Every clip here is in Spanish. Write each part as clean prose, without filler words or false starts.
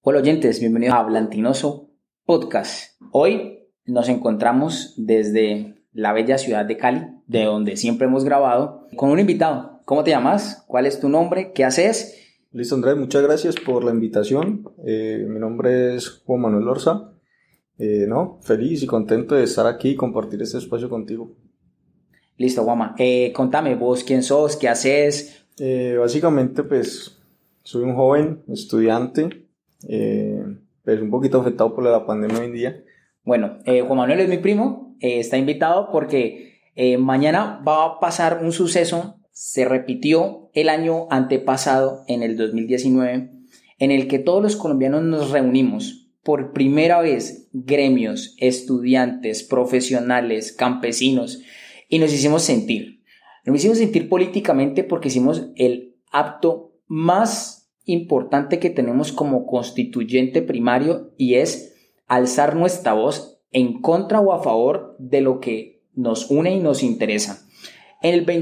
Hola oyentes, bienvenidos a Blantinoso Podcast. Hoy nos encontramos desde la bella ciudad de Cali, de donde siempre hemos grabado, con un invitado. ¿Cómo te llamas? ¿Cuál es tu nombre? ¿Qué haces? Listo, Andrés, muchas gracias por la invitación. Mi nombre es Juan Manuel Orza. Feliz y contento de estar aquí y compartir este espacio contigo. Listo, Guama. Contame vos, ¿quién sos? ¿Qué haces? Básicamente, pues, soy un joven estudiante, pues un poquito afectado por la pandemia hoy en día. Bueno, Juan Manuel es mi primo, está invitado porque mañana va a pasar un suceso. Se repitió el año antepasado, en el 2019, en el que todos los colombianos nos reunimos por primera vez, gremios, estudiantes, profesionales, campesinos, y nos hicimos sentir. Nos hicimos sentir políticamente porque hicimos el acto más importante que tenemos como constituyente primario, y es alzar nuestra voz en contra o a favor de lo que nos une y nos interesa. En el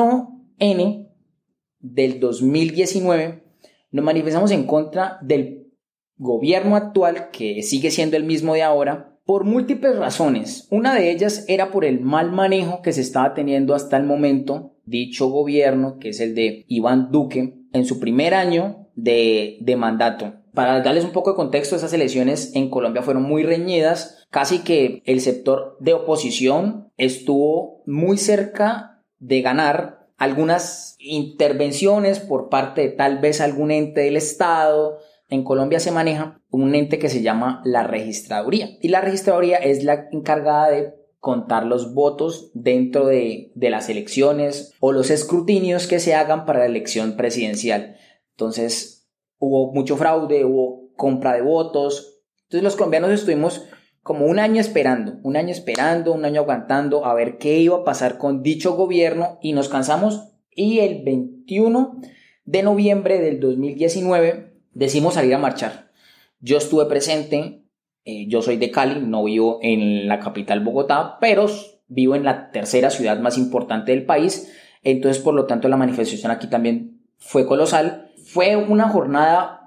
21N del 2019 nos manifestamos en contra del gobierno actual, que sigue siendo el mismo de ahora, por múltiples razones. Una de ellas era por el mal manejo que se estaba teniendo hasta el momento dicho gobierno, que es el de Iván Duque, en su primer año de mandato. Para darles un poco de contexto, esas elecciones en Colombia fueron muy reñidas, casi que el sector de oposición estuvo muy cerca de ganar. Algunas intervenciones por parte de tal vez algún ente del Estado. En Colombia se maneja un ente que se llama la registraduría, y la registraduría es la encargada de contar los votos dentro de las elecciones o los escrutinios que se hagan para la elección presidencial. Entonces hubo mucho fraude, hubo compra de votos. Entonces los colombianos estuvimos como un año esperando, un año aguantando a ver qué iba a pasar con dicho gobierno, y nos cansamos, y el 21 de noviembre del 2019 decidimos salir a marchar. Yo estuve presente, yo soy de Cali, no vivo en la capital Bogotá, pero vivo en la tercera ciudad más importante del país, entonces por lo tanto la manifestación aquí también fue colosal. Fue una jornada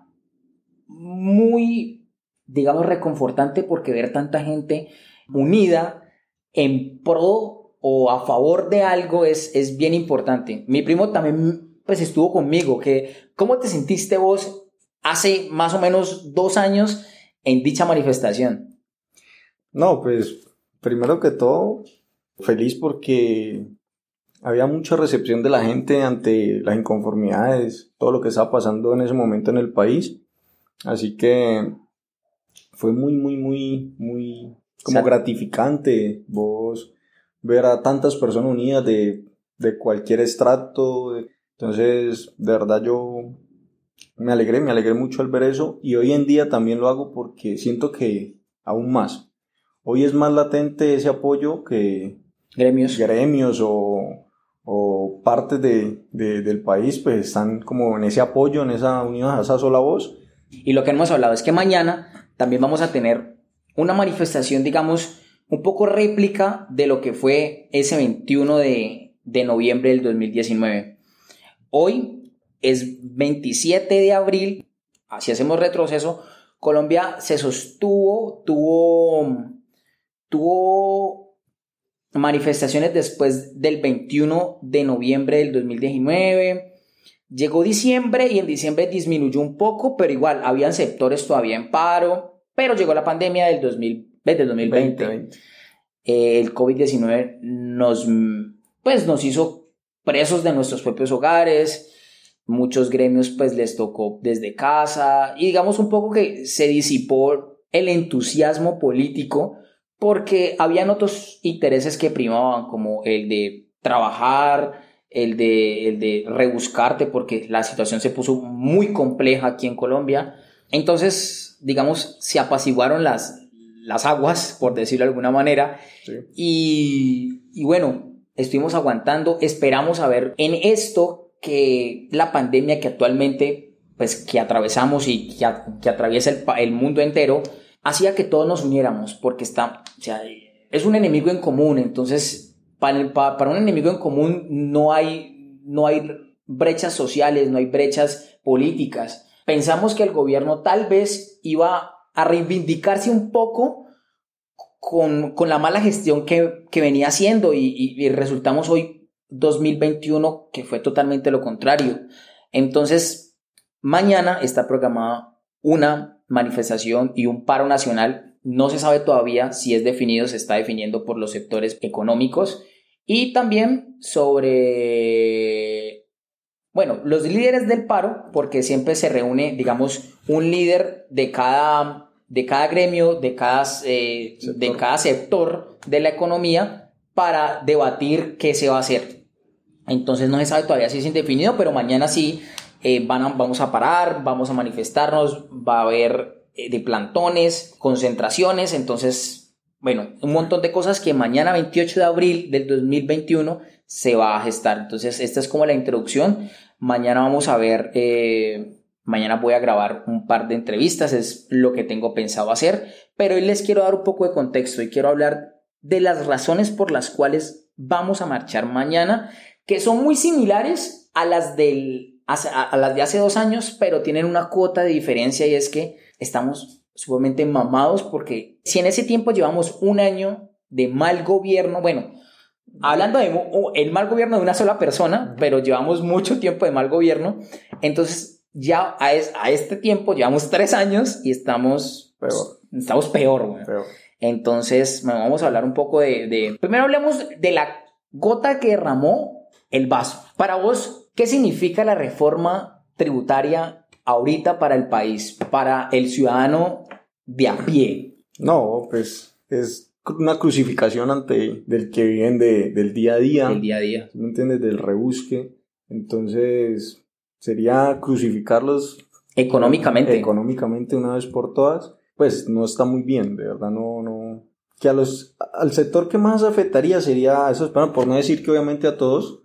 muy, digamos, reconfortante, porque ver tanta gente unida en pro o a favor de algo es bien importante. Mi primo también pues estuvo conmigo. ¿Cómo te sentiste vos hace más o menos 2 años en dicha manifestación? No, pues, primero que todo, feliz porque había mucha recepción de la gente ante las inconformidades, todo lo que estaba pasando en ese momento en el país. Así que fue muy como gratificante vos ver a tantas personas unidas de cualquier estrato. Entonces, de verdad yo me alegré mucho al ver eso, y hoy en día también lo hago porque siento que aún más. Hoy es más latente ese apoyo que gremios o partes del país pues están como en ese apoyo, en esa unión, a esa sola voz. Y lo que hemos hablado es que mañana también vamos a tener una manifestación, digamos, un poco réplica de lo que fue ese 21 de noviembre del 2019. Hoy es 27 de abril, así hacemos retroceso. Colombia se sostuvo, tuvo manifestaciones después del 21 de noviembre del 2019. Llegó diciembre, y en diciembre disminuyó un poco, pero igual habían sectores todavía en paro. Pero llegó la pandemia del 2020. El COVID-19 nos hizo presos de nuestros propios hogares. Muchos gremios pues les tocó desde casa, y digamos un poco que se disipó el entusiasmo político, porque habían otros intereses que primaban, como el de trabajar, el de rebuscarte, porque la situación se puso muy compleja aquí en Colombia. Entonces, digamos, se apaciguaron las aguas, por decirlo de alguna manera. Sí. Y bueno, estuvimos aguantando. Esperamos a ver en esto que la pandemia que actualmente, pues, que atravesamos y que atraviesa el mundo entero, hacía que todos nos uniéramos, porque es un enemigo en común. Entonces, para un enemigo en común no hay brechas sociales, no hay brechas políticas. pensamos que el gobierno tal vez iba a reivindicarse un poco con la mala gestión que venía haciendo y resultamos hoy 2021 que fue totalmente lo contrario. Entonces, mañana está programada una manifestación y un paro nacional. No se sabe todavía si es definido, se está definiendo por los sectores económicos y también sobre, bueno, los líderes del paro, porque siempre se reúne, digamos, un líder de cada gremio, de cada sector de la economía para debatir qué se va a hacer. Entonces no se sabe todavía si es indefinido, pero mañana sí vamos a parar, vamos a manifestarnos, va a haber de plantones, concentraciones, entonces, bueno, un montón de cosas que mañana 28 de abril del 2021 se va a gestar. Entonces esta es como la introducción. Mañana vamos a ver, mañana voy a grabar un par de entrevistas, es lo que tengo pensado hacer, pero hoy les quiero dar un poco de contexto y quiero hablar de las razones por las cuales vamos a marchar mañana, que son muy similares a las de hace 2 años, pero tienen una cuota de diferencia y es que estamos sumamente mamados porque si en ese tiempo llevamos un año de mal gobierno, bueno, hablando de el mal gobierno de una sola persona, pero llevamos mucho tiempo de mal gobierno, entonces ya a este tiempo llevamos 3 años y estamos peor, bueno. Peor. Entonces vamos a hablar un poco primero hablemos de la gota que derramó el vaso. Para vos, ¿qué significa la reforma tributaria ahorita para el país, para el ciudadano de a pie? No, pues es una crucificación del que viven del día a día. Del día a día. ¿Me entiendes? Del rebusque. Entonces, sería crucificarlos económicamente una vez por todas. Pues no está muy bien, de verdad, no. Que al sector que más afectaría sería eso, bueno, por no decir que obviamente a todos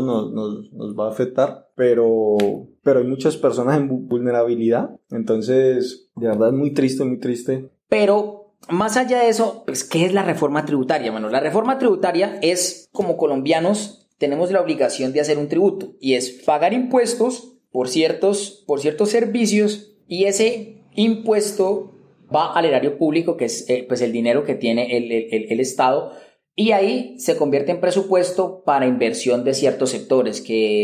nos va a afectar, pero hay muchas personas en vulnerabilidad, entonces de verdad es muy triste. Pero más allá de eso, pues, ¿qué es la reforma tributaria? Bueno, la reforma tributaria es, como colombianos, tenemos la obligación de hacer un tributo y es pagar impuestos por ciertos servicios y ese impuesto va al erario público, que es pues el dinero que tiene el Estado, y ahí se convierte en presupuesto para inversión de ciertos sectores,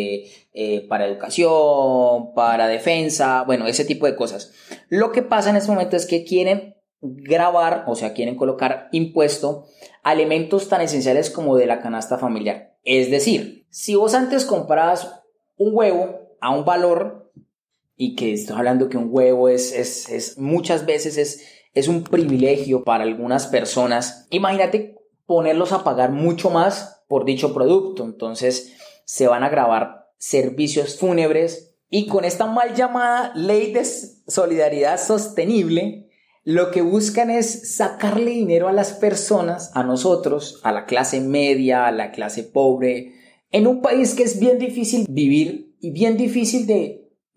para educación, para defensa, bueno, ese tipo de cosas. Lo que pasa en este momento es que quieren gravar, o sea, quieren colocar impuesto a elementos tan esenciales como de la canasta familiar. Es decir, si vos antes comprabas un huevo a un valor, y que estoy hablando que un huevo es muchas veces es un privilegio para algunas personas. Imagínate ponerlos a pagar mucho más por dicho producto. Entonces se van a gravar servicios fúnebres y con esta mal llamada ley de solidaridad sostenible, lo que buscan es sacarle dinero a las personas, a nosotros, a la clase media, a la clase pobre, en un país que es bien difícil vivir y bien difícil de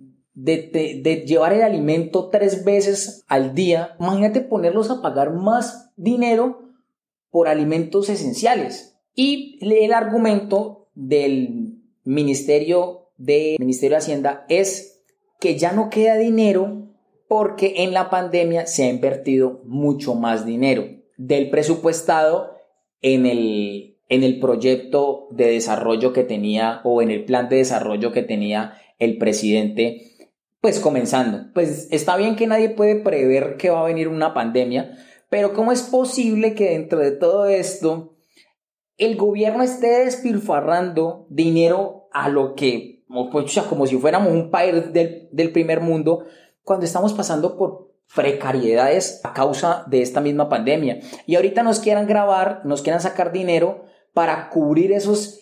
llevar el alimento 3 veces al día. Imagínate ponerlos a pagar más dinero por alimentos esenciales. Y el argumento del Ministerio de Hacienda es que ya no queda dinero porque en la pandemia se ha invertido mucho más dinero del presupuestado en el proyecto de desarrollo que tenía o en el plan de desarrollo que tenía el presidente. Pues comenzando, pues está bien que nadie puede prever que va a venir una pandemia, pero ¿cómo es posible que dentro de todo esto el gobierno esté despilfarrando dinero a lo que, pues, como si fuéramos un país del primer mundo, cuando estamos pasando por precariedades a causa de esta misma pandemia? Y ahorita nos quieran sacar dinero para cubrir esos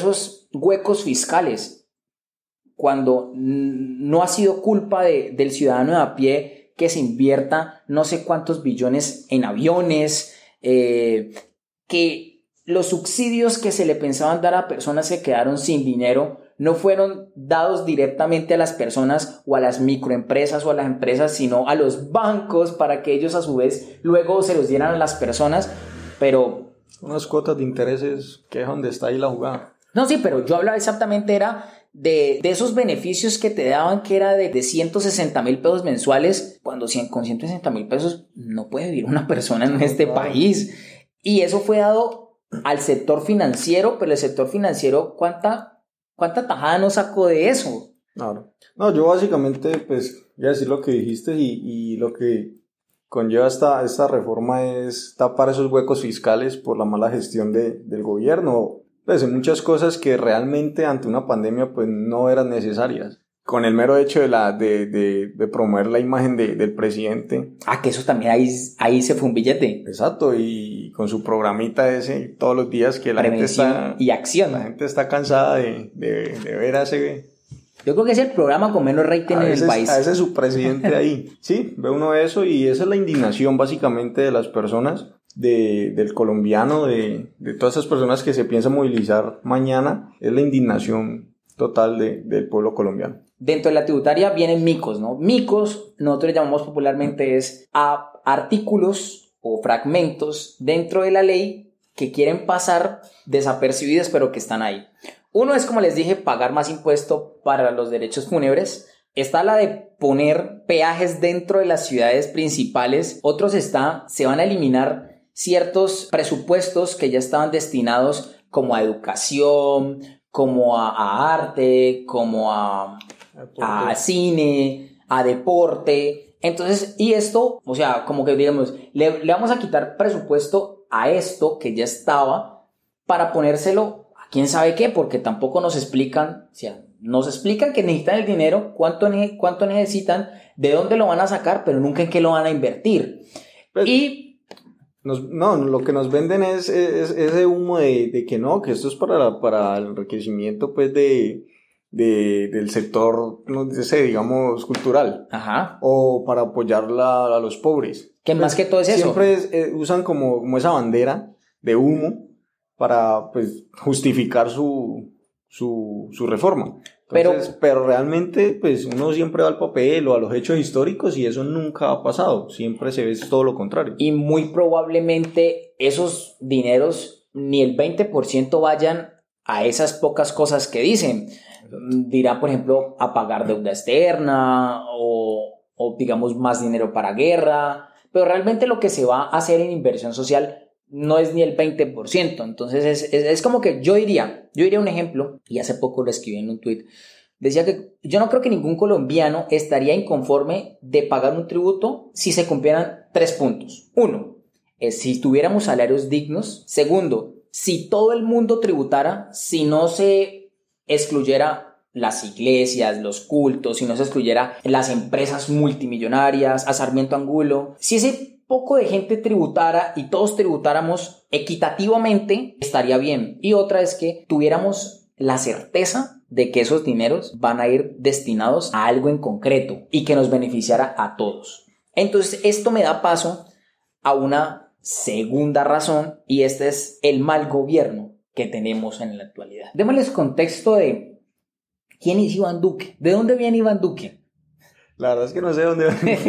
huecos fiscales, cuando no ha sido culpa del ciudadano de a pie que se invierta no sé cuántos billones en aviones, que los subsidios que se le pensaban dar a personas que quedaron sin dinero no fueron dados directamente a las personas o a las microempresas o a las empresas, sino a los bancos para que ellos a su vez luego se los dieran a las personas, pero... Unas cuotas de intereses que es donde está ahí la jugada. No, sí, pero yo hablaba exactamente era de esos beneficios que te daban, que era de 160,000 pesos mensuales, cuando con 160,000 pesos no puede vivir una persona en este país. Y eso fue dado al sector financiero, pero el sector financiero, ¿cuánta tajada no sacó de eso? Claro. No, yo básicamente, pues, voy a decir lo que dijiste y lo que conlleva esta reforma es tapar esos huecos fiscales por la mala gestión del gobierno. Pues en muchas cosas que realmente ante una pandemia pues no eran necesarias. Con el mero hecho de promover la imagen del presidente. Que eso también ahí se fue un billete. Exacto, y con su programita ese todos los días que la gente está... y acción. La gente está cansada de ver a ese... Yo creo que es el programa con menos rating en el país. A veces su presidente ahí. Sí, ve uno eso y esa es la indignación básicamente de las personas, del colombiano, de todas esas personas que se piensan movilizar mañana. Es la indignación total del pueblo colombiano. Dentro de la tributaria vienen micos, ¿no? Micos, nosotros le llamamos popularmente a artículos o fragmentos dentro de la ley que quieren pasar desapercibidos pero que están ahí. Uno es, como les dije, pagar más impuesto para los derechos fúnebres. Está la de poner peajes dentro de las ciudades principales. Otros se van a eliminar ciertos presupuestos que ya estaban destinados como a educación, como a arte, como a cine, a deporte. Entonces, y esto, o sea, como que digamos, le vamos a quitar presupuesto a esto que ya estaba para ponérselo quién sabe qué, porque tampoco nos explican, o sea, nos explican que necesitan el dinero, cuánto necesitan, de dónde lo van a sacar, pero nunca en qué lo van a invertir. Pues, lo que nos venden es ese humo de que no, que esto es para el enriquecimiento pues del sector, no sé, digamos, cultural. Ajá. O para apoyar a los pobres. Que más que todo es eso. Siempre usan como esa bandera de humo para pues justificar su reforma. Entonces, pero realmente pues uno siempre va al papel o a los hechos históricos y eso nunca ha pasado, siempre se ve todo lo contrario. Y muy probablemente esos dineros ni el 20% vayan a esas pocas cosas que dicen. Dirá, por ejemplo, a pagar deuda externa o digamos más dinero para guerra, pero realmente lo que se va a hacer en inversión social no es ni el 20%. Entonces es como que yo diría un ejemplo, y hace poco lo escribí en un tweet, decía que yo no creo que ningún colombiano estaría inconforme de pagar un tributo si se cumplieran 3 puntos. 1, si tuviéramos salarios dignos. 2, si todo el mundo tributara, si no se excluyera las iglesias, los cultos, si no se excluyera las empresas multimillonarias, a Sarmiento Angulo, si ese poco de gente tributara y todos tributáramos equitativamente, estaría bien. Y otra es que tuviéramos la certeza de que esos dineros van a ir destinados a algo en concreto y que nos beneficiara a todos. Entonces esto me da paso a una segunda razón, y este es el mal gobierno que tenemos en la actualidad. Démosles contexto de quién es Iván Duque, de dónde viene Iván Duque. La verdad es que no sé dónde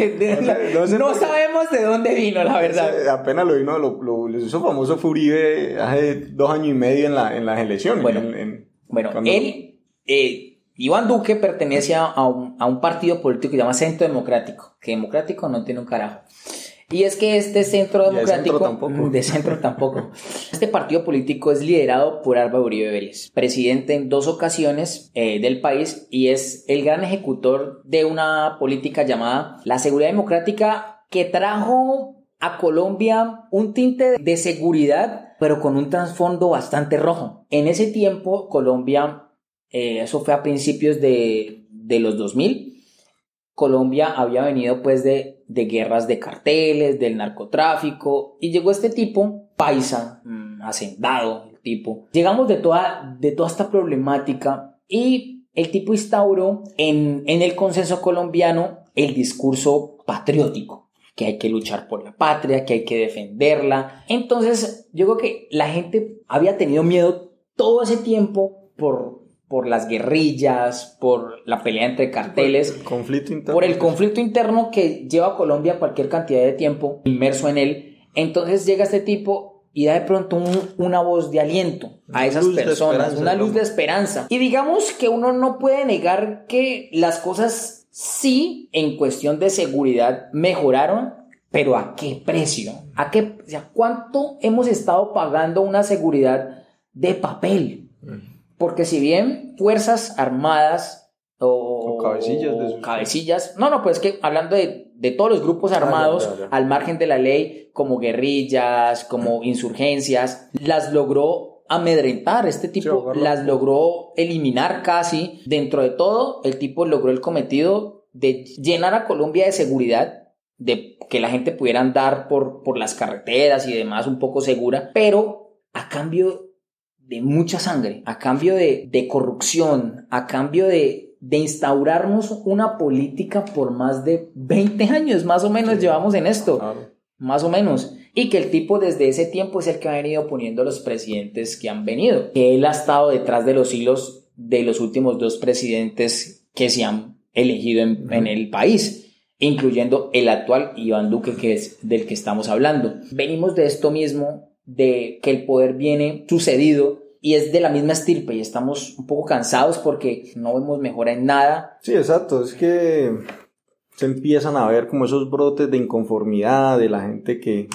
no sabemos de dónde vino, la verdad. Apenas lo hizo famoso fue Uribe hace 2 años y medio en las elecciones. Iván Duque pertenece a un partido político que se llama Centro Democrático, que democrático no tiene un carajo. Y es que este Centro Democrático... De centro tampoco. Este partido político es liderado por Álvaro Uribe Vélez, presidente en 2 ocasiones del país, y es el gran ejecutor de una política llamada la seguridad democrática, que trajo a Colombia un tinte de seguridad, pero con un trasfondo bastante rojo. En ese tiempo, Colombia, eso fue a principios de los 2000, Colombia había venido pues de guerras de carteles, del narcotráfico, y llegó este tipo, paisa, hacendado el tipo. Llegamos de toda esta problemática, y el tipo instauró en el consenso colombiano el discurso patriótico, que hay que luchar por la patria, que hay que defenderla. Entonces yo creo que la gente había tenido miedo todo ese tiempo por las guerrillas, por la pelea entre carteles, por el conflicto interno que lleva a Colombia cualquier cantidad de tiempo inmerso en él. Entonces llega este tipo y da de pronto una voz de aliento a esas personas, una luz de esperanza. Y digamos que uno no puede negar que las cosas sí, en cuestión de seguridad, mejoraron, pero ¿a qué precio? O sea, ¿cuánto hemos estado pagando una seguridad de papel? Porque si bien Fuerzas Armadas o cabecillas, pues que hablando de todos los grupos armados al margen de la ley, como guerrillas, como insurgencias, las logró amedrentar, este tipo las logró eliminar casi. Dentro de todo, el tipo logró el cometido de llenar a Colombia de seguridad, de que la gente pudiera andar por las carreteras y demás un poco segura, pero a cambio de mucha sangre, a cambio de corrupción, a cambio de instaurarnos una política por más de 20 años, más o menos llevamos en esto, más o menos, y que el tipo desde ese tiempo es el que ha venido poniendo los presidentes que han venido, que él ha estado detrás de los hilos de los últimos 2 presidentes que se han elegido en el país, incluyendo el actual Iván Duque, que es del que estamos hablando. Venimos de esto mismo, de que el poder viene sucedido y es de la misma estirpe y estamos un poco cansados porque no vemos mejora en nada. Sí, exacto, es que se empiezan a ver como esos brotes de inconformidad de la gente que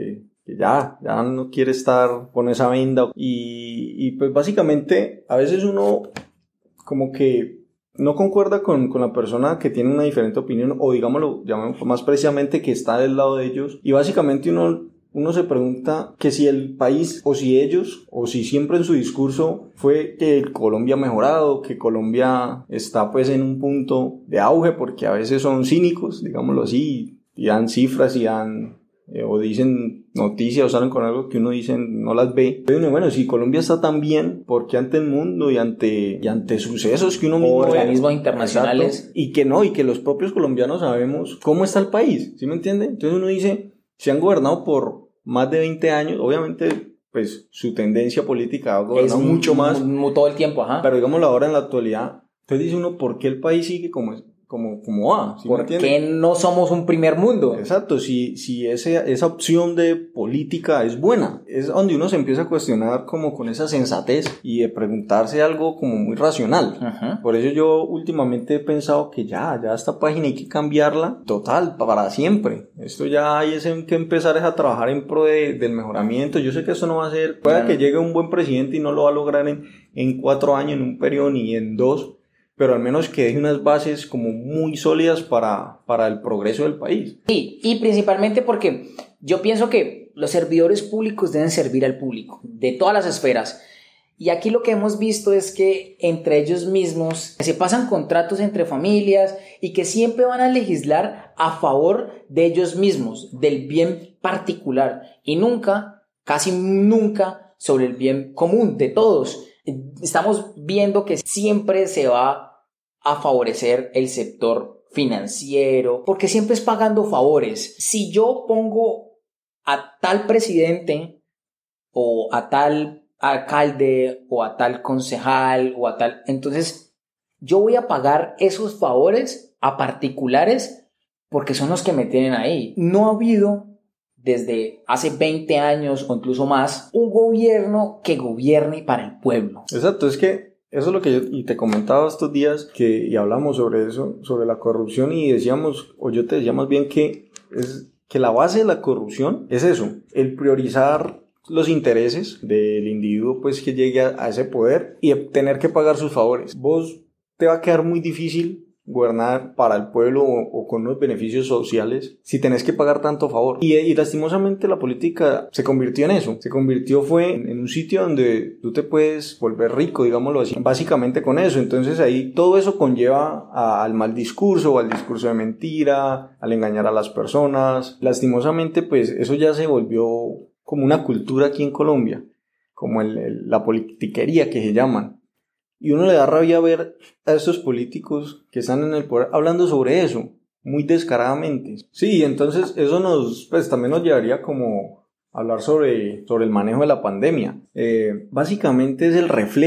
ya no quiere estar con esa venda y pues básicamente a veces uno como que no concuerda con la persona que tiene una diferente opinión o digámoslo más precisamente que está del lado de ellos y básicamente uno se pregunta que si el país o si ellos o si siempre en su discurso fue que Colombia ha mejorado, que Colombia está pues en un punto de auge porque a veces son cínicos, digámoslo así, y dan cifras y dan o dicen noticias o salen con algo que uno dice no las ve. Pero bueno, si Colombia está tan bien, ¿por qué ante el mundo y ante sucesos que uno mismo ve? Organismos internacionales. Exacto, y que los propios colombianos sabemos cómo está el país, ¿sí me entiende? Entonces uno dice, se han gobernado por más de 20 años, obviamente pues su tendencia política ha gobernado mucho más todo el tiempo, pero digámoslo ahora en la actualidad, entonces dice uno, ¿por qué el país sigue como va? ¿Sí ¿Por qué no somos un primer mundo? Exacto, si esa opción de política es buena, es donde uno se empieza a cuestionar como con esa sensatez y de preguntarse algo como muy racional. Uh-huh. Por eso yo últimamente he pensado que ya esta página hay que cambiarla total, para siempre. Esto ya hay que empezar a trabajar en pro del mejoramiento. Yo sé que eso no va a ser, pueda que llegue un buen presidente y no lo va a lograr en 4 años, en un periodo ni en 2, pero al menos que deje unas bases como muy sólidas para el progreso del país. Sí, y principalmente porque yo pienso que los servidores públicos deben servir al público, de todas las esferas. Y aquí lo que hemos visto es que entre ellos mismos se pasan contratos entre familias y que siempre van a legislar a favor de ellos mismos, del bien particular, y nunca, casi nunca, sobre el bien común de todos. Estamos viendo que siempre se va a favorecer el sector financiero, porque siempre es pagando favores. Si yo pongo a tal presidente o a tal alcalde o a tal concejal o a tal, entonces yo voy a pagar esos favores a particulares porque son los que me tienen ahí. No ha habido desde hace 20 años o incluso más un gobierno que gobierne para el pueblo. Exacto, es que eso es lo que y te comentaba estos días y hablamos sobre eso, sobre la corrupción y decíamos, o yo te decía más bien que la base de la corrupción es eso, el priorizar los intereses del individuo pues que llegue a ese poder y tener que pagar sus favores. Vos te va a quedar muy difícil gobernar para el pueblo o con unos beneficios sociales si tenés que pagar tanto favor y lastimosamente la política se convirtió en eso, fue en un sitio donde tú te puedes volver rico, digámoslo así, básicamente con eso. Entonces ahí todo eso conlleva al mal discurso o al discurso de mentira, al engañar a las personas. Lastimosamente pues eso ya se volvió como una cultura aquí en Colombia, como la politiquería que se llaman. Y uno le da rabia ver a estos políticos que están en el poder hablando sobre eso, muy descaradamente. Sí, entonces eso también nos llevaría como a hablar sobre el manejo de la pandemia. Básicamente es el reflejo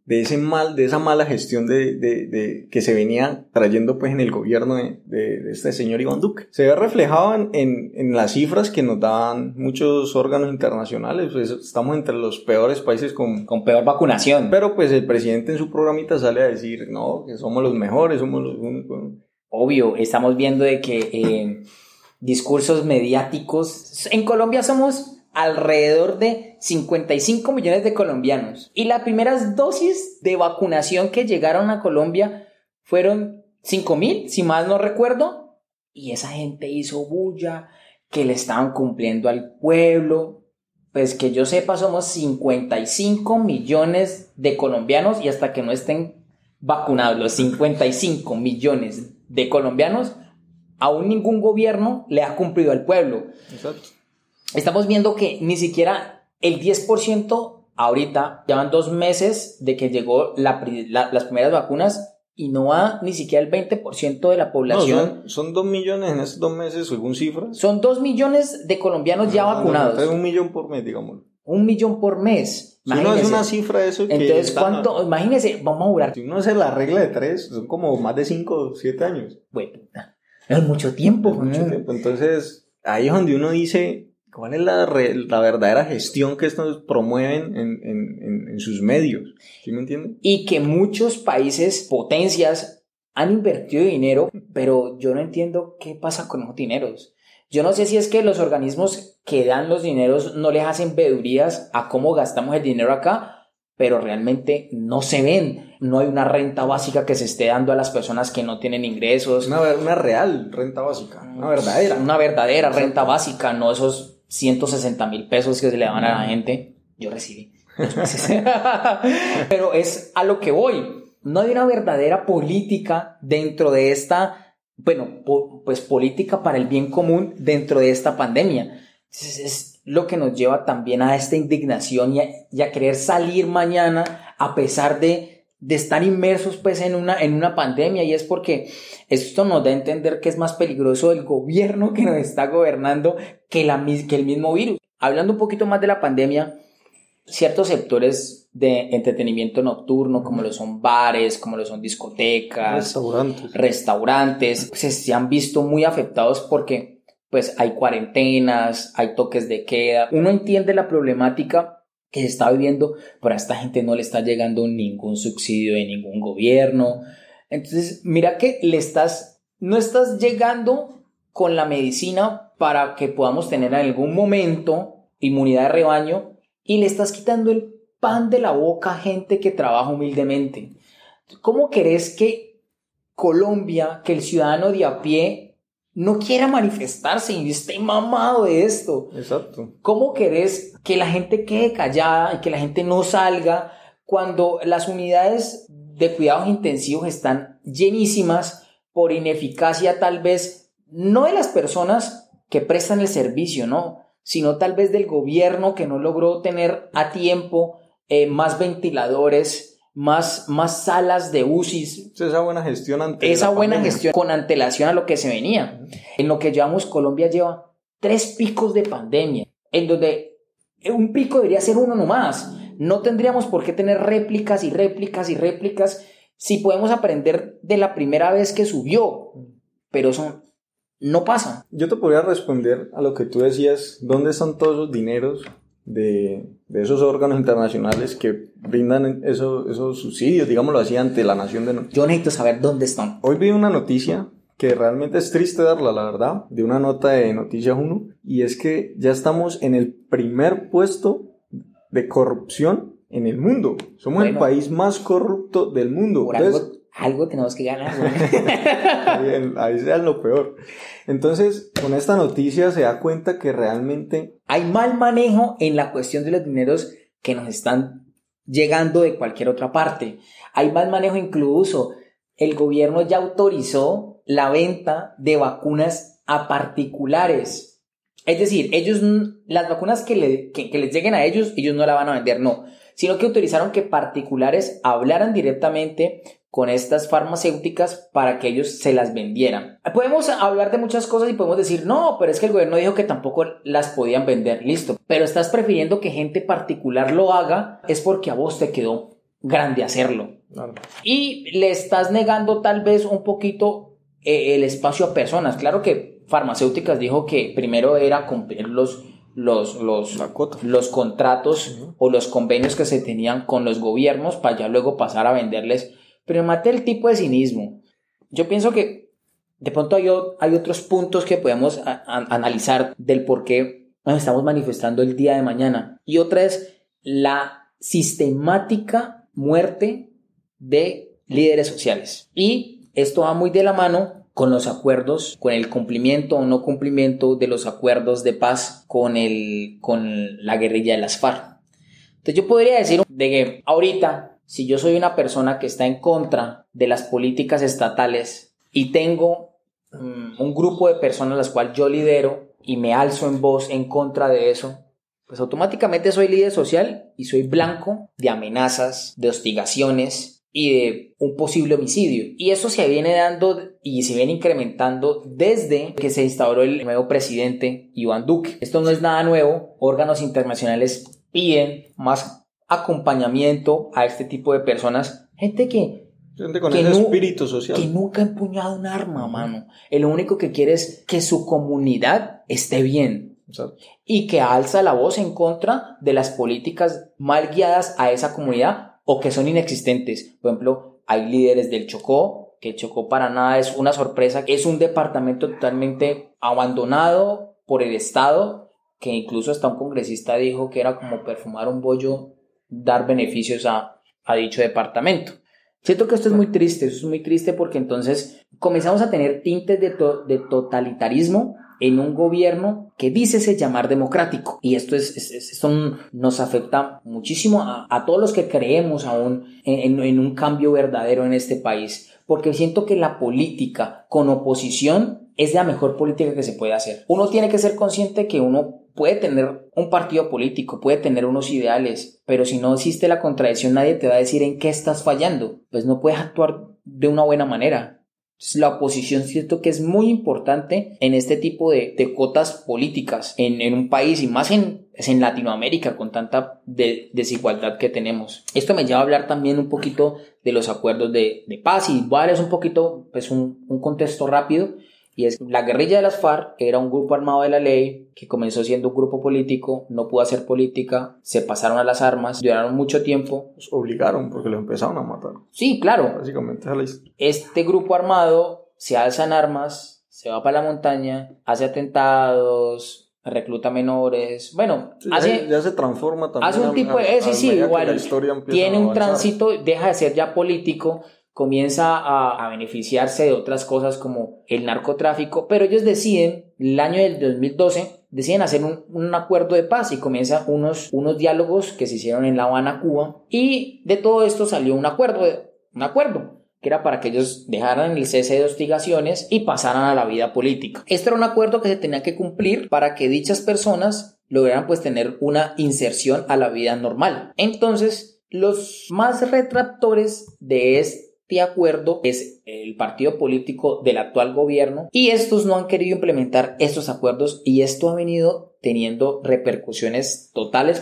de esa mala gestión de que se venía trayendo pues en el gobierno de este señor Iván Duque. Se ve reflejado en las cifras que nos daban muchos órganos internacionales, pues estamos entre los peores países con peor vacunación. Pero pues el presidente en su programita sale a decir, no, que somos los mejores, somos los únicos. Obvio, estamos viendo de que discursos mediáticos, en Colombia somos alrededor de 55 millones de colombianos. Y las primeras dosis de vacunación que llegaron a Colombia fueron 5.000, si mal no recuerdo. Y esa gente hizo bulla, que le estaban cumpliendo al pueblo. Pues que yo sepa, somos 55 millones de colombianos y hasta que no estén vacunados los 55 millones de colombianos, aún ningún gobierno le ha cumplido al pueblo. Exacto. Estamos viendo que ni siquiera el 10% ahorita, llevan 2 meses de que llegó las primeras vacunas y no va ni siquiera el 20% de la población. No, son 2 millones en estos 2 meses, según cifras. Son 2 millones de colombianos ya vacunados. Entonces 1 millón por mes, digámoslo. 1 millón por mes. Si uno hace una cifra de eso que... Entonces, ¿cuánto? Imagínese, vamos a durar. Si uno hace la regla de 3, son como más de 5 o 7 años. Bueno, es mucho tiempo. Es mucho tiempo. Entonces, ahí es donde uno dice... ¿Cuál es la verdadera gestión que estos promueven en sus medios? ¿Sí me entienden? Y que muchos países, potencias, han invertido dinero, pero yo no entiendo qué pasa con esos dineros. Yo no sé si es que los organismos que dan los dineros no les hacen vedurías a cómo gastamos el dinero acá, pero realmente no se ven. No hay una renta básica que se esté dando a las personas que no tienen ingresos. Una real renta básica, una verdadera. Una verdadera renta básica, no esos 160,000 pesos que se le daban a la gente. Yo recibí 2 meses. Pero es a lo que voy. No hay una verdadera política dentro de esta, pues política para el bien común dentro de esta pandemia. Entonces es lo que nos lleva también a esta indignación y a querer salir mañana a pesar de estar inmersos pues en una pandemia, y es porque esto nos da a entender que es más peligroso el gobierno que nos está gobernando que el mismo virus. Hablando un poquito más de la pandemia, ciertos sectores de entretenimiento nocturno, como lo son bares, como lo son discotecas, restaurantes, se han visto muy afectados porque pues hay cuarentenas, hay toques de queda. Uno entiende la problemática que se está viviendo, pero a esta gente no le está llegando ningún subsidio de ningún gobierno. Entonces, mira que no estás llegando con la medicina para que podamos tener en algún momento inmunidad de rebaño, y le estás quitando el pan de la boca a gente que trabaja humildemente. ¿Cómo querés que Colombia, que el ciudadano de a pie no quiera manifestarse y esté mamado de esto? Exacto. ¿Cómo querés que la gente quede callada y que la gente no salga cuando las unidades de cuidados intensivos están llenísimas por ineficacia, tal vez no de las personas que prestan el servicio, ¿no?, sino tal vez del gobierno, que no logró tener a tiempo más ventiladores, más salas de UCIs? Esa buena gestión con antelación a lo que se venía. En lo que llevamos, Colombia lleva 3 picos de pandemia, en donde un pico debería ser uno nomás. No tendríamos por qué tener réplicas y réplicas y réplicas si podemos aprender de la primera vez que subió, pero eso no pasa. Yo te podría responder a lo que tú decías. ¿Dónde están todos los dineros de esos órganos internacionales que brindan esos subsidios, digámoslo así, ante la nación de... Yo necesito saber dónde están. Hoy vi una noticia que realmente es triste darla, la verdad, de una nota de Noticias 1, y es que ya estamos en el primer puesto de corrupción en el mundo. Somos el país más corrupto del mundo. Entonces, algo tenemos que ganar. ahí sea lo peor. Entonces, con esta noticia se da cuenta que realmente hay mal manejo en la cuestión de los dineros que nos están llegando de cualquier otra parte. Hay mal manejo, incluso el gobierno ya autorizó la venta de vacunas a particulares. Es decir, ellos, las vacunas que les lleguen a ellos no la van a vender, no, sino que autorizaron que particulares hablaran directamente con estas farmacéuticas para que ellos se las vendieran. Podemos hablar de muchas cosas y podemos decir, no, pero es que el gobierno dijo que tampoco las podían vender, listo. Pero estás prefiriendo que gente particular lo haga, es porque a vos te quedó grande hacerlo. Claro. Y le estás negando tal vez un poquito el espacio a personas. Claro que Farmacéuticas dijo que primero era cumplir los contratos o los convenios que se tenían con los gobiernos para ya luego pasar a venderles. Pero mate el tipo de cinismo. Yo pienso que de pronto hay otros puntos que podemos analizar del por qué nos estamos manifestando el día de mañana. Y otra es la sistemática muerte de líderes sociales. Y esto va muy de la mano con los acuerdos, con el cumplimiento o no cumplimiento de los acuerdos de paz con la guerrilla de las FARC. Entonces yo podría decir de que ahorita, si yo soy una persona que está en contra de las políticas estatales y tengo un grupo de personas las cuales yo lidero y me alzo en voz en contra de eso, pues automáticamente soy líder social y soy blanco de amenazas, de hostigaciones y de un posible homicidio. Y eso se viene dando y se viene incrementando desde que se instauró el nuevo presidente Iván Duque. Esto no es nada nuevo. Órganos internacionales piden más acompañamiento a este tipo de personas. Gente con ese espíritu social. Que nunca ha empuñado un arma, mano. Lo único que quiere es que su comunidad esté bien. Exacto. Y que alza la voz en contra de las políticas mal guiadas a esa comunidad o que son inexistentes. Por ejemplo, hay líderes del Chocó, que el Chocó para nada es una sorpresa, es un departamento totalmente abandonado por el Estado, que incluso hasta un congresista dijo que era como perfumar un bollo, dar beneficios a dicho departamento. Siento que esto es muy triste, eso es muy triste porque entonces comenzamos a tener tintes de totalitarismo en un gobierno que dice se llamar democrático. Y esto nos afecta muchísimo a todos los que creemos aún en un cambio verdadero en este país. Porque siento que la política con oposición es la mejor política que se puede hacer. Uno tiene que ser consciente que uno puede tener un partido político, puede tener unos ideales, pero si no existe la contradicción, nadie te va a decir en qué estás fallando. Pues no puedes actuar de una buena manera. La oposición siento que es muy importante en este tipo de cotas políticas en un país y más en Latinoamérica con tanta desigualdad que tenemos. Esto me lleva a hablar también un poquito de los acuerdos de paz y voy a darles un poquito pues un contexto rápido. Y es la guerrilla de las FARC, que era un grupo armado de la ley, que comenzó siendo un grupo político, no pudo hacer política, se pasaron a las armas, duraron mucho tiempo. Los obligaron porque los empezaron a matar. Sí, claro. Básicamente es la historia. Este grupo armado se alza en armas, se va para la montaña, hace atentados, recluta menores, bueno, sí, ya se transforma también. Hace un tipo de... sí, igual, tiene un tránsito, deja de ser ya político, comienza a beneficiarse de otras cosas como el narcotráfico, pero ellos deciden, el año del 2012, deciden hacer un acuerdo de paz y comienzan unos diálogos que se hicieron en La Habana, Cuba, y de todo esto salió un acuerdo que era para que ellos dejaran el cese de hostigaciones y pasaran a la vida política. Esto era un acuerdo que se tenía que cumplir para que dichas personas lograran pues tener una inserción a la vida normal. Entonces, los más retractores de este acuerdo es el partido político del actual gobierno y estos no han querido implementar estos acuerdos y esto ha venido teniendo repercusiones totales.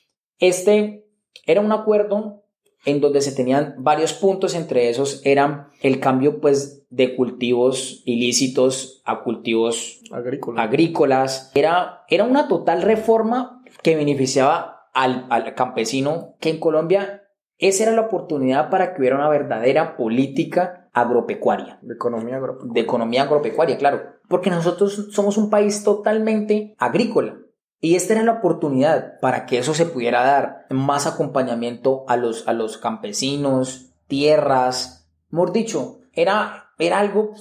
Este era un acuerdo en donde se tenían varios puntos, entre esos eran el cambio pues de cultivos ilícitos a cultivos agrícolas. Era una total reforma que beneficiaba al campesino, que en Colombia esa era la oportunidad para que hubiera una verdadera política agropecuaria. De economía agropecuaria, claro. Porque nosotros somos un país totalmente agrícola. Y esta era la oportunidad para que eso se pudiera dar. Más acompañamiento a los campesinos, tierras. Mejor dicho, era algo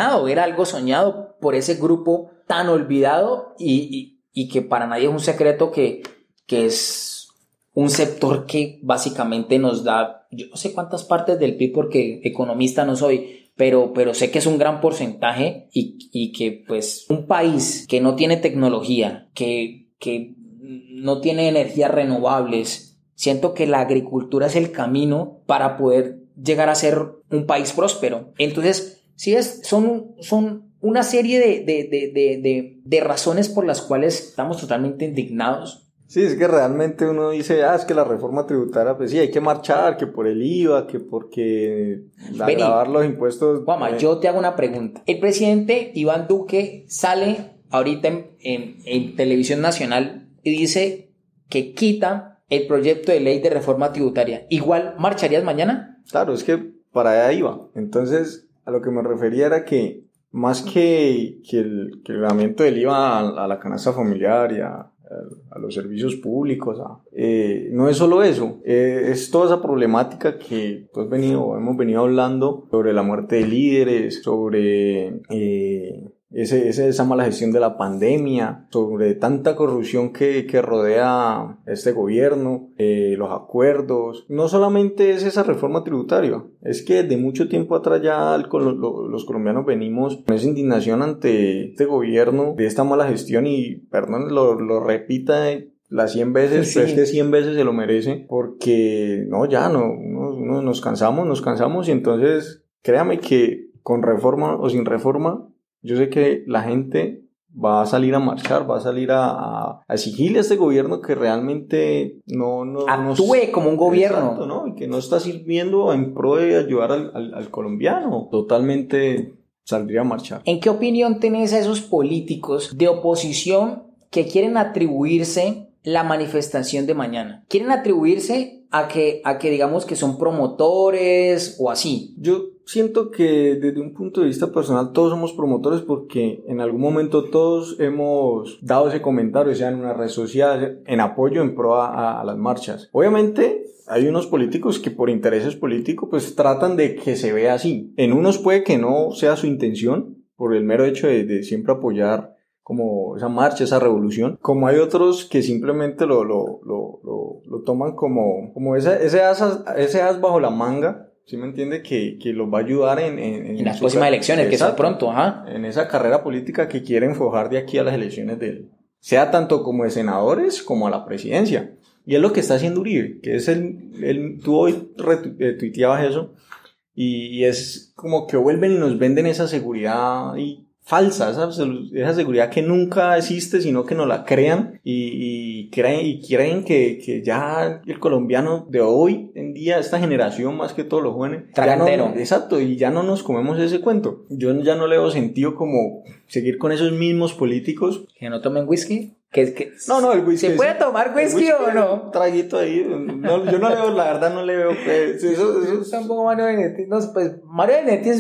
soñado por ese grupo tan olvidado y que para nadie es un secreto que es un sector que básicamente nos da, yo no sé cuántas partes del PIB porque economista no soy, pero sé que es un gran porcentaje y que pues un país que no tiene tecnología, que no tiene energías renovables, siento que la agricultura es el camino para poder llegar a ser un país próspero. Entonces, sí son una serie de razones por las cuales estamos totalmente indignados. Sí, es que realmente uno dice, es que la reforma tributaria, pues sí, hay que marchar, que por el IVA, que porque agravar los impuestos. Juanma, yo te hago una pregunta. El presidente Iván Duque sale ahorita en televisión nacional y dice que quita el proyecto de ley de reforma tributaria. ¿Igual marcharías mañana? Claro, es que para allá iba. Entonces, a lo que me refería era que más que el reglamento del IVA a la canasta familiar y a los servicios públicos, no es solo eso, es toda esa problemática que hemos venido hablando sobre la muerte de líderes, sobre esa mala gestión de la pandemia, sobre tanta corrupción que rodea este gobierno, los acuerdos. No solamente es esa reforma tributaria, es que de mucho tiempo atrás ya los colombianos venimos con esa indignación ante este gobierno de esta mala gestión y, perdón, lo repita las 100 veces, sí. Pero es que 100 veces se lo merece porque nos cansamos y entonces créame que con reforma o sin reforma yo sé que la gente va a salir a marchar, va a salir a exigirle a este gobierno que realmente no actúe como un gobierno. Exacto, ¿no? Y que no está sirviendo en pro de ayudar al colombiano. Totalmente saldría a marchar. ¿En qué opinión tenés a esos políticos de oposición que quieren atribuirse la manifestación de mañana? ¿Quieren atribuirse a que digamos que son promotores o así? Yo siento que desde un punto de vista personal todos somos promotores porque en algún momento todos hemos dado ese comentario, sea en una red social, en apoyo, en pro a las marchas. Obviamente hay unos políticos que por intereses políticos pues tratan de que se vea así. En unos puede que no sea su intención por el mero hecho de siempre apoyar como esa marcha, esa revolución, como hay otros que simplemente lo toman como ese as bajo la manga. ¿Sí me entiende? Que los va a ayudar en las próximas elecciones, que son pronto, en esa carrera política que quieren forjar de aquí a las elecciones sea tanto como de senadores como a la presidencia. Y es lo que está haciendo Uribe, que es tú hoy retuiteabas eso, y es como que vuelven y nos venden esa seguridad falsa, esa seguridad que nunca existe, sino que nos la crean y creen que ya el colombiano de hoy en día, esta generación más que todos los jóvenes, exacto, y ya no nos comemos ese cuento. Yo ya no le veo sentido como seguir con esos mismos políticos. ¿Que no tomen whisky? No, el whisky. ¿Se puede tomar whisky o no? Un traguito ahí. No, yo no le veo, la verdad no le veo. Eso tampoco Mario Benedetti. No, pues Mario Benedetti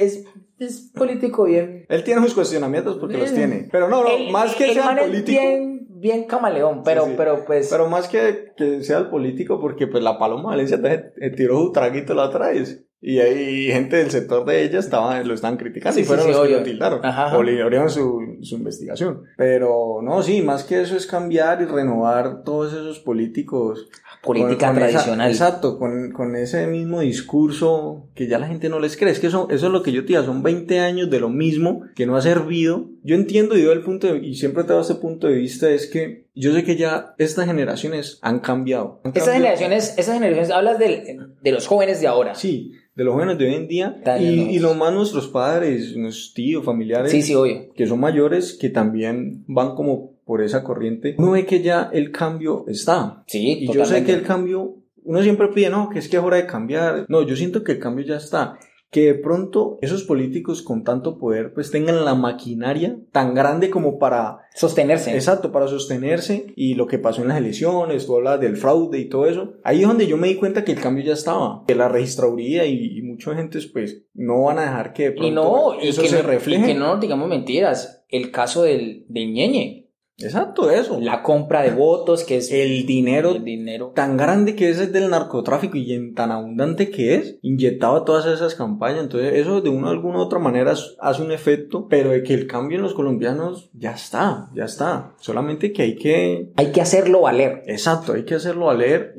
es político bien. Él tiene sus cuestionamientos porque los tiene. Pero más que sea político. Bien camaleón, pero pues. Pero más que sea el político, porque pues la Paloma Valencia te tiró su traguito la otra vez. Y hay gente del sector de ella lo estaban criticando y fueron los que lo tildaron. O le abrieron su investigación. Pero más que eso es cambiar y renovar todos esos políticos. Política tradicional. Exacto, con ese mismo discurso que ya la gente no les cree. Es que eso es lo que yo te digo, son 20 años de lo mismo que no ha servido. Yo entiendo y doy el punto y siempre te doy este punto de vista, es que yo sé que ya estas generaciones han cambiado. Esas generaciones hablas de los jóvenes de ahora. Sí, de los jóvenes de hoy en día y lo más nuestros padres, nuestros tíos, familiares, sí, obvio, que son mayores, que también van como por esa corriente. Uno ve que ya el cambio está. Sí, y totalmente. Yo sé que el cambio, uno siempre pide, que es hora de cambiar. No, yo siento que el cambio ya está. Que de pronto esos políticos con tanto poder pues tengan la maquinaria tan grande como para sostenerse. Exacto, para sostenerse. Y lo que pasó en las elecciones, tú hablas del fraude y todo eso. Ahí es donde yo me di cuenta que el cambio ya estaba. Que la registraduría y mucha gente pues no van a dejar que de pronto eso se refleje. Y que no nos digamos mentiras. El caso del Ñeñe. Exacto, eso. La compra de votos, que es el dinero tan grande que es del narcotráfico y tan abundante que es, inyectado a todas esas campañas. Entonces eso de alguna u otra manera hace un efecto, pero de que el cambio en los colombianos ya está. Solamente que hay que hacerlo valer. Exacto, hay que hacerlo valer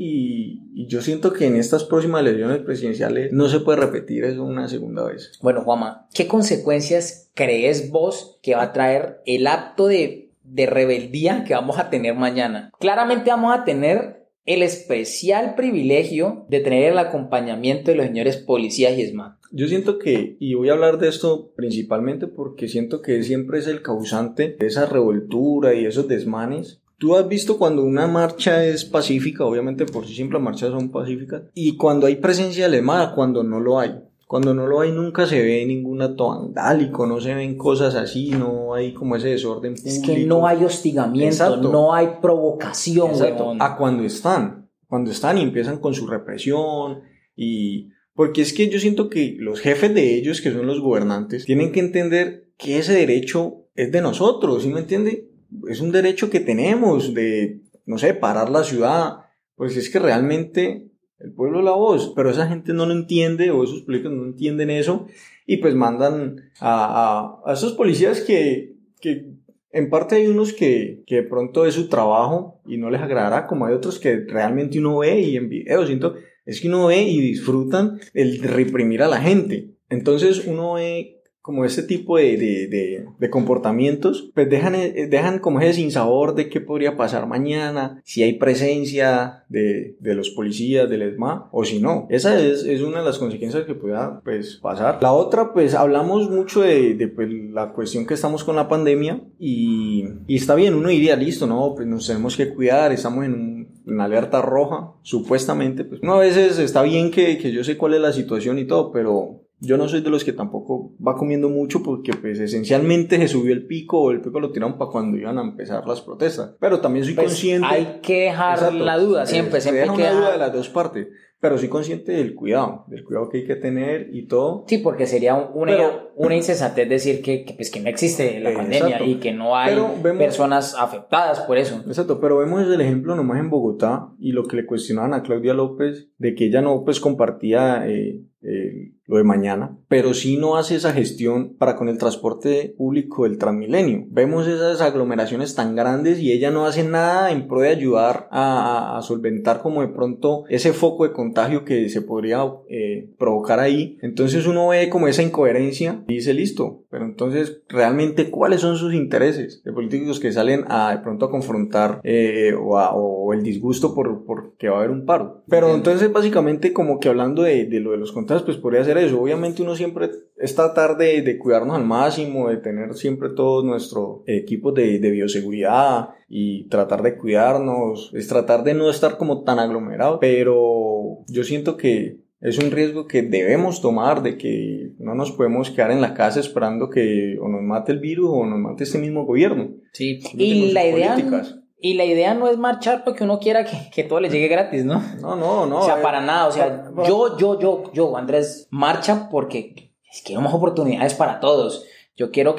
y yo siento que en estas próximas elecciones presidenciales no se puede repetir eso una segunda vez. Bueno, Juanma, ¿qué consecuencias crees vos que va a traer el acto de rebeldía que vamos a tener mañana? Claramente vamos a tener el especial privilegio de tener el acompañamiento de los señores policías y ESMAD. Yo siento que, y voy a hablar de esto principalmente porque siento que siempre es el causante de esa revoltura y esos desmanes, Tú has visto cuando una marcha es pacífica, obviamente por sí siempre las marchas son pacíficas, y cuando hay presencia de EMA, cuando no lo hay. Cuando no lo hay nunca se ve ningún acto vandálico, no se ven cosas así, no hay como ese desorden público. Es que no hay hostigamiento, exacto, no hay provocación. Exacto, a cuando están y empiezan con su represión y... Porque es que yo siento que los jefes de ellos, que son los gobernantes, tienen que entender que ese derecho es de nosotros, ¿sí me entiende? Es un derecho que tenemos de, no sé, parar la ciudad, pues es que realmente el pueblo es la voz, pero esa gente no lo entiende, o esos políticos no entienden eso, y pues mandan a esos policías que en parte hay unos que de pronto es su trabajo y no les agradará, como hay otros que realmente uno ve y en videos, siento, es que uno ve y disfrutan el reprimir a la gente. Entonces uno ve como ese tipo de comportamientos, pues dejan como ese sinsabor de qué podría pasar mañana, si hay presencia de los policías, del ESMAD, o si no. Esa es una de las consecuencias que pueda pues pasar. La otra, pues hablamos mucho de pues, la cuestión que estamos con la pandemia y está bien, uno diría, listo, no, pues nos tenemos que cuidar, estamos en una alerta roja, supuestamente, pues no, a veces está bien que yo sé cuál es la situación y todo, pero yo no soy de los que tampoco va comiendo mucho porque pues esencialmente se subió el pico o el pico lo tiraron para cuando iban a empezar las protestas, pero también soy consciente, hay que dejar la duda siempre se deja una duda de las dos partes, pero soy consciente del cuidado que hay que tener y todo. Sí, porque sería una insensatez decir que no existe la pandemia, exacto, y que no hay personas afectadas por eso. Exacto, pero vemos el ejemplo nomás en Bogotá y lo que le cuestionaban a Claudia López de que ella no pues compartía lo de mañana, pero sí no hace esa gestión para con el transporte público del Transmilenio. Vemos esas aglomeraciones tan grandes y ella no hace nada en pro de ayudar a solventar como de pronto ese foco de contagio que se podría provocar ahí. Entonces uno ve como esa incoherencia y dice listo, pero entonces realmente ¿cuáles son sus intereses de políticos que salen de pronto a confrontar o el disgusto por que va a haber un paro? Pero entonces básicamente como que hablando de lo de los contagios, pues podría ser eso. Obviamente uno siempre es tratar de cuidarnos al máximo, de tener siempre todos nuestros equipos de bioseguridad y tratar de cuidarnos, es tratar de no estar como tan aglomerado, pero yo siento que es un riesgo que debemos tomar, de que no nos podemos quedar en la casa esperando que o nos mate el virus o nos mate este mismo gobierno. Sí, y la idea no es marchar porque uno quiera que todo le llegue gratis, ¿no? No. O sea, para nada. O sea, yo, Andrés, marcha porque quiero más oportunidades para todos. Yo quiero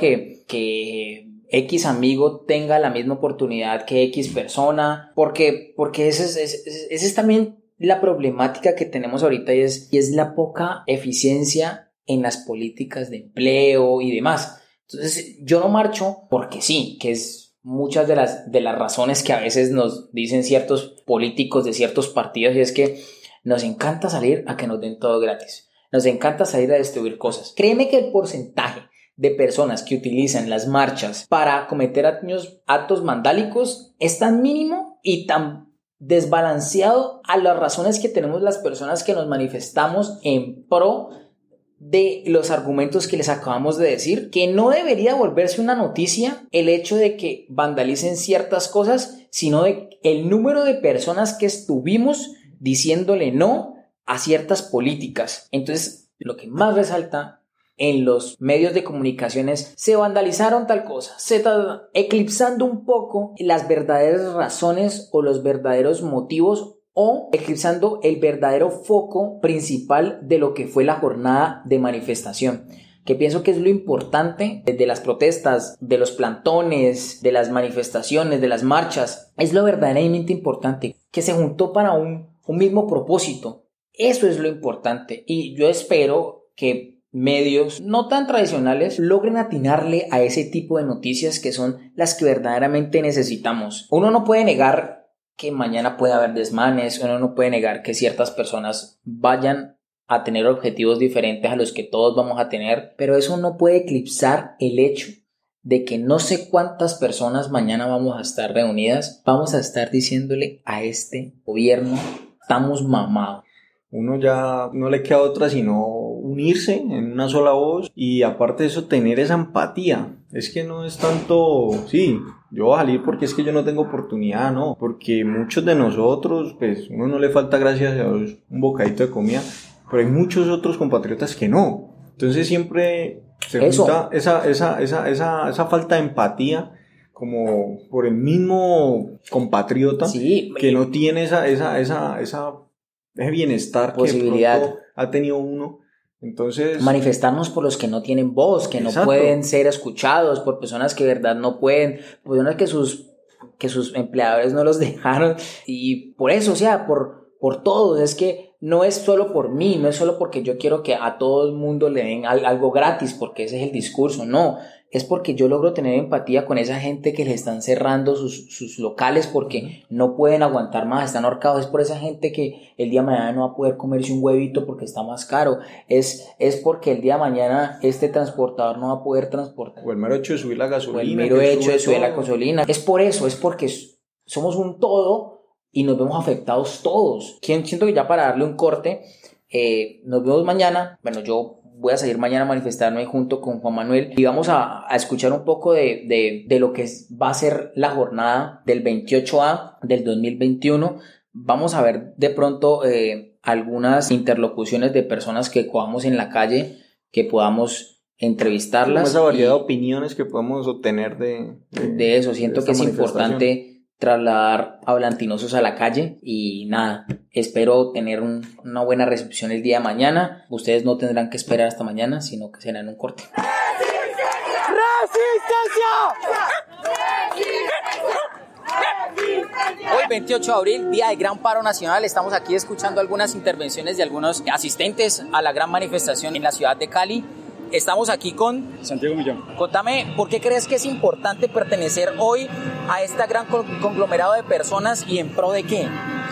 que X amigo tenga la misma oportunidad que X persona, porque esa es también la problemática que tenemos ahorita y es la poca eficiencia en las políticas de empleo y demás. Entonces, yo no marcho porque sí, que es muchas de las razones que a veces nos dicen ciertos políticos de ciertos partidos, y es que nos encanta salir a que nos den todo gratis. Nos encanta salir a distribuir cosas. Créeme que el porcentaje de personas que utilizan las marchas para cometer actos vandálicos es tan mínimo y tan desbalanceado a las razones que tenemos las personas que nos manifestamos en pro de los argumentos que les acabamos de decir, que no debería volverse una noticia el hecho de que vandalicen ciertas cosas, sino de el número de personas que estuvimos diciéndole no a ciertas políticas. Entonces, lo que más resalta en los medios de comunicaciones, se vandalizaron tal cosa, se está eclipsando un poco las verdaderas razones o los verdaderos motivos, o eclipsando el verdadero foco principal de lo que fue la jornada de manifestación, que pienso que es lo importante de las protestas, de los plantones, de las manifestaciones, de las marchas. Es lo verdaderamente importante, que se juntó para un mismo propósito. Eso es lo importante, y yo espero que medios no tan tradicionales logren atinarle a ese tipo de noticias que son las que verdaderamente necesitamos. Uno no puede negar que mañana puede haber desmanes, uno no puede negar que ciertas personas vayan a tener objetivos diferentes a los que todos vamos a tener, pero eso no puede eclipsar el hecho de que no sé cuántas personas mañana vamos a estar reunidas, vamos a estar diciéndole a este gobierno, estamos mamados. Uno ya no le queda otra sino unirse en una sola voz y aparte de eso tener esa empatía. Es que no es tanto, sí, yo voy a salir porque es que yo no tengo oportunidad, no, porque muchos de nosotros, pues uno no le falta, gracias a Dios, un bocadito de comida, pero hay muchos otros compatriotas que no. Entonces siempre se junta esa falta de empatía como por el mismo compatriota que no tiene ese bienestar posibilidad que de pronto ha tenido uno. Entonces, manifestarnos por los que no tienen voz, que no pueden ser escuchados, por personas que de verdad no pueden, por personas que sus empleadores no los dejaron, y por eso, o sea, por todos. Es que no es solo por mí, no es solo porque yo quiero que a todo el mundo le den algo gratis, porque ese es el discurso, no, es porque yo logro tener empatía con esa gente que le están cerrando sus locales porque no pueden aguantar más, están ahorcados. Es por esa gente que el día de mañana no va a poder comerse un huevito porque está más caro, es porque el día de mañana este transportador no va a poder transportar, o el mero hecho de subir la gasolina, o el mero hecho de subir la gasolina. Es por eso, es porque somos un todo y nos vemos afectados todos. Siento que ya para darle un corte, nos vemos mañana. Bueno, yo voy a salir mañana a manifestarme junto con Juan Manuel y vamos a escuchar un poco de lo que va a ser la jornada del 28A del 2021. Vamos a ver de pronto algunas interlocuciones de personas que cojamos en la calle, que podamos entrevistarlas. Esa variedad de opiniones que podemos obtener de eso. Siento que es importante trasladar a Volantínosos a la calle y nada, espero tener una buena recepción el día de mañana. Ustedes no tendrán que esperar hasta mañana, sino que será en un corte. Hoy 28 de abril, día de gran paro nacional, estamos aquí escuchando algunas intervenciones de algunos asistentes a la gran manifestación en la ciudad de Cali. Estamos aquí con Santiago Millán. Contame, ¿por qué crees que es importante pertenecer hoy a este gran conglomerado de personas y en pro de qué?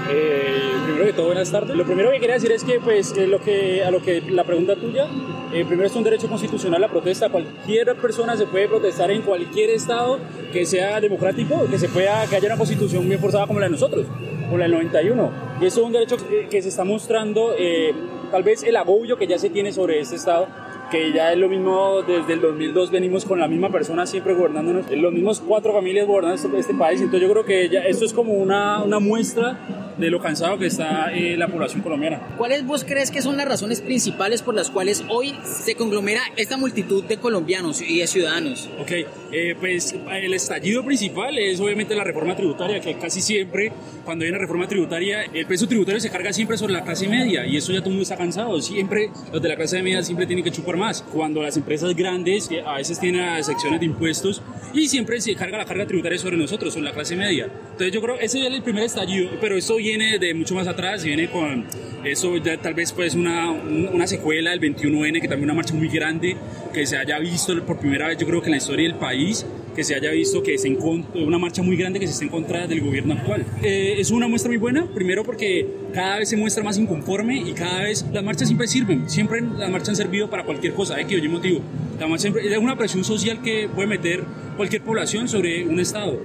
Primero que todo, buenas tardes. Lo primero que quería decir es que, pues, a lo que la pregunta tuya, primero es un derecho constitucional la protesta. Cualquier persona se puede protestar en cualquier estado que sea democrático, que haya una constitución bien forzada como la de nosotros, como la del 91. Y eso es un derecho que se está mostrando, tal vez el agobio que ya se tiene sobre este estado, que ya es lo mismo. Desde el 2002 venimos con la misma persona siempre gobernándonos, los mismos 4 familias gobernando este país. Entonces yo creo que ya esto es como una muestra de lo cansado que está la población colombiana. ¿Cuáles vos crees que son las razones principales por las cuales hoy se conglomera esta multitud de colombianos y de ciudadanos? Ok, pues el estallido principal es obviamente la reforma tributaria, que casi siempre cuando hay una reforma tributaria el peso tributario se carga siempre sobre la clase media, y eso ya todo el mundo está cansado. Siempre los de la clase media siempre tienen que chupar más, cuando las empresas grandes que a veces tienen secciones de impuestos y siempre se carga la carga tributaria sobre nosotros, sobre la clase media. Entonces yo creo que ese es el primer estallido, pero esto viene de mucho más atrás, viene con eso ya tal vez pues una secuela del 21N, que también una marcha muy grande que se haya visto por primera vez, yo creo que en la historia del país, que se haya visto que una marcha muy grande que se está en contra del gobierno actual. Es una muestra muy buena, primero porque cada vez se muestra más inconforme y cada vez las marchas siempre las marchas han servido para cualquier cosa, ¿qué motivo? La marcha es una presión social que puede meter cualquier población sobre un estado.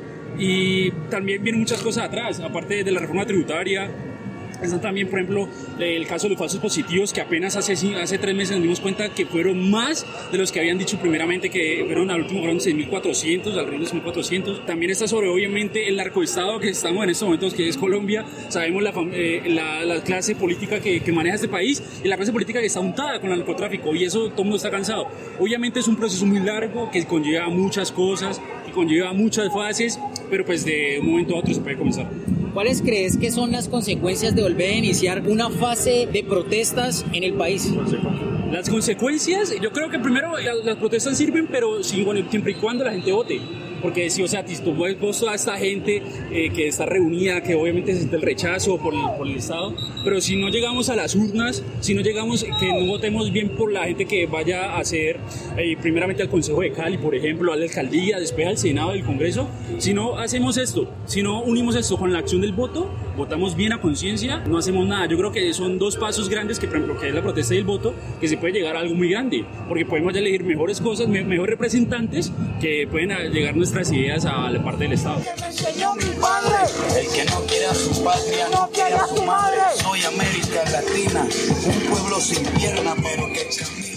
Y también vienen muchas cosas atrás, aparte de la reforma tributaria. Están también, por ejemplo, el caso de los falsos positivos, que apenas hace 3 meses nos dimos cuenta que fueron más de los que habían dicho primeramente, que fueron al último fueron 6.400, alrededor de 6.400. También está sobre, obviamente, el narcoestado que estamos en estos momentos, que es Colombia. Sabemos la clase política que maneja este país y la clase política que está untada con el narcotráfico, y eso todo el mundo está cansado. Obviamente es un proceso muy largo que conlleva muchas cosas, que conlleva muchas fases, pero pues de un momento a otro se puede comenzar. ¿Cuáles crees que son las consecuencias de volver a iniciar una fase de protestas en el país? Las consecuencias, yo creo que primero las protestas sirven, pero siempre y cuando la gente vote. Porque si, o sea, tú ves toda esta gente que está reunida, que obviamente se siente el rechazo por el Estado, pero si no llegamos a las urnas, si no llegamos, que no votemos bien por la gente que vaya a hacer, primeramente al Consejo de Cali, por ejemplo, a la alcaldía, después al Senado, del Congreso, si no hacemos esto, si no unimos esto con la acción del voto, votamos bien a conciencia, no hacemos nada. Yo creo que son 2 pasos grandes, que por ejemplo, que es la protesta y el voto, que se puede llegar a algo muy grande, porque podemos ya elegir mejores cosas, mejores representantes que pueden llegar nuestras ideas a la parte del Estado. Me enseñó mi padre. El que no quiere a su patria, no quiere a su madre. Soy América Latina, un pueblo sin pierna, pero que camina.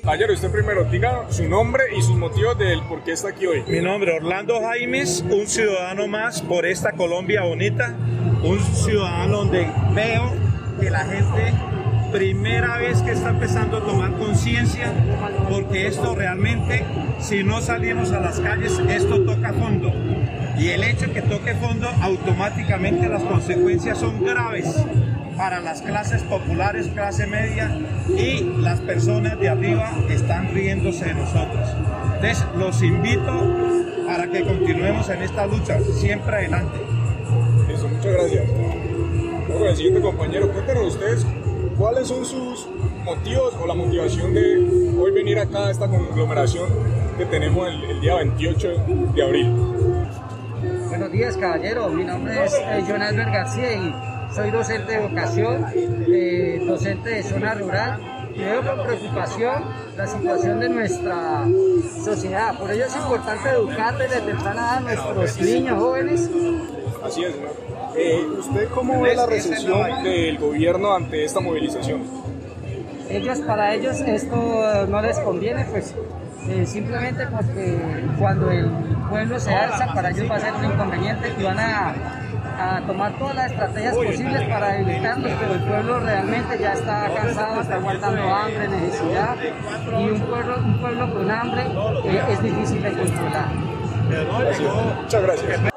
Caballero, usted primero diga su nombre y sus motivos del por qué está aquí hoy. Mi nombre es Orlando Jaimes, un ciudadano más por esta Colombia bonita, un ciudadano donde veo que la gente primera vez que está empezando a tomar conciencia, porque esto realmente, si no salimos a las calles, esto toca fondo. Y el hecho que toque fondo, automáticamente las consecuencias son graves para las clases populares, clase media, y las personas de arriba están riéndose de nosotros. Entonces, los invito para que continuemos en esta lucha, siempre adelante. Eso, muchas gracias. Luego, el siguiente compañero, cuéntenos ustedes cuáles son sus motivos o la motivación de hoy venir acá a esta conglomeración que tenemos el día 28 de abril. Buenos días, caballero. Mi nombre es John Albert García y soy docente de vocación, docente de zona rural. Y veo con preocupación la situación de nuestra sociedad. Por ello es importante educar desde temprana edad a nuestros niños, jóvenes. Así es, ¿no? ¿Usted cómo ve la recepción del gobierno ante esta movilización? Para ellos esto no les conviene, pues simplemente porque cuando el pueblo se alza, para ellos va a ser un inconveniente y van a tomar todas las estrategias posibles para evitarlos, pero el pueblo realmente ya está cansado, está aguantando hambre, necesidad, y un pueblo con hambre es difícil de controlar. Muchas gracias.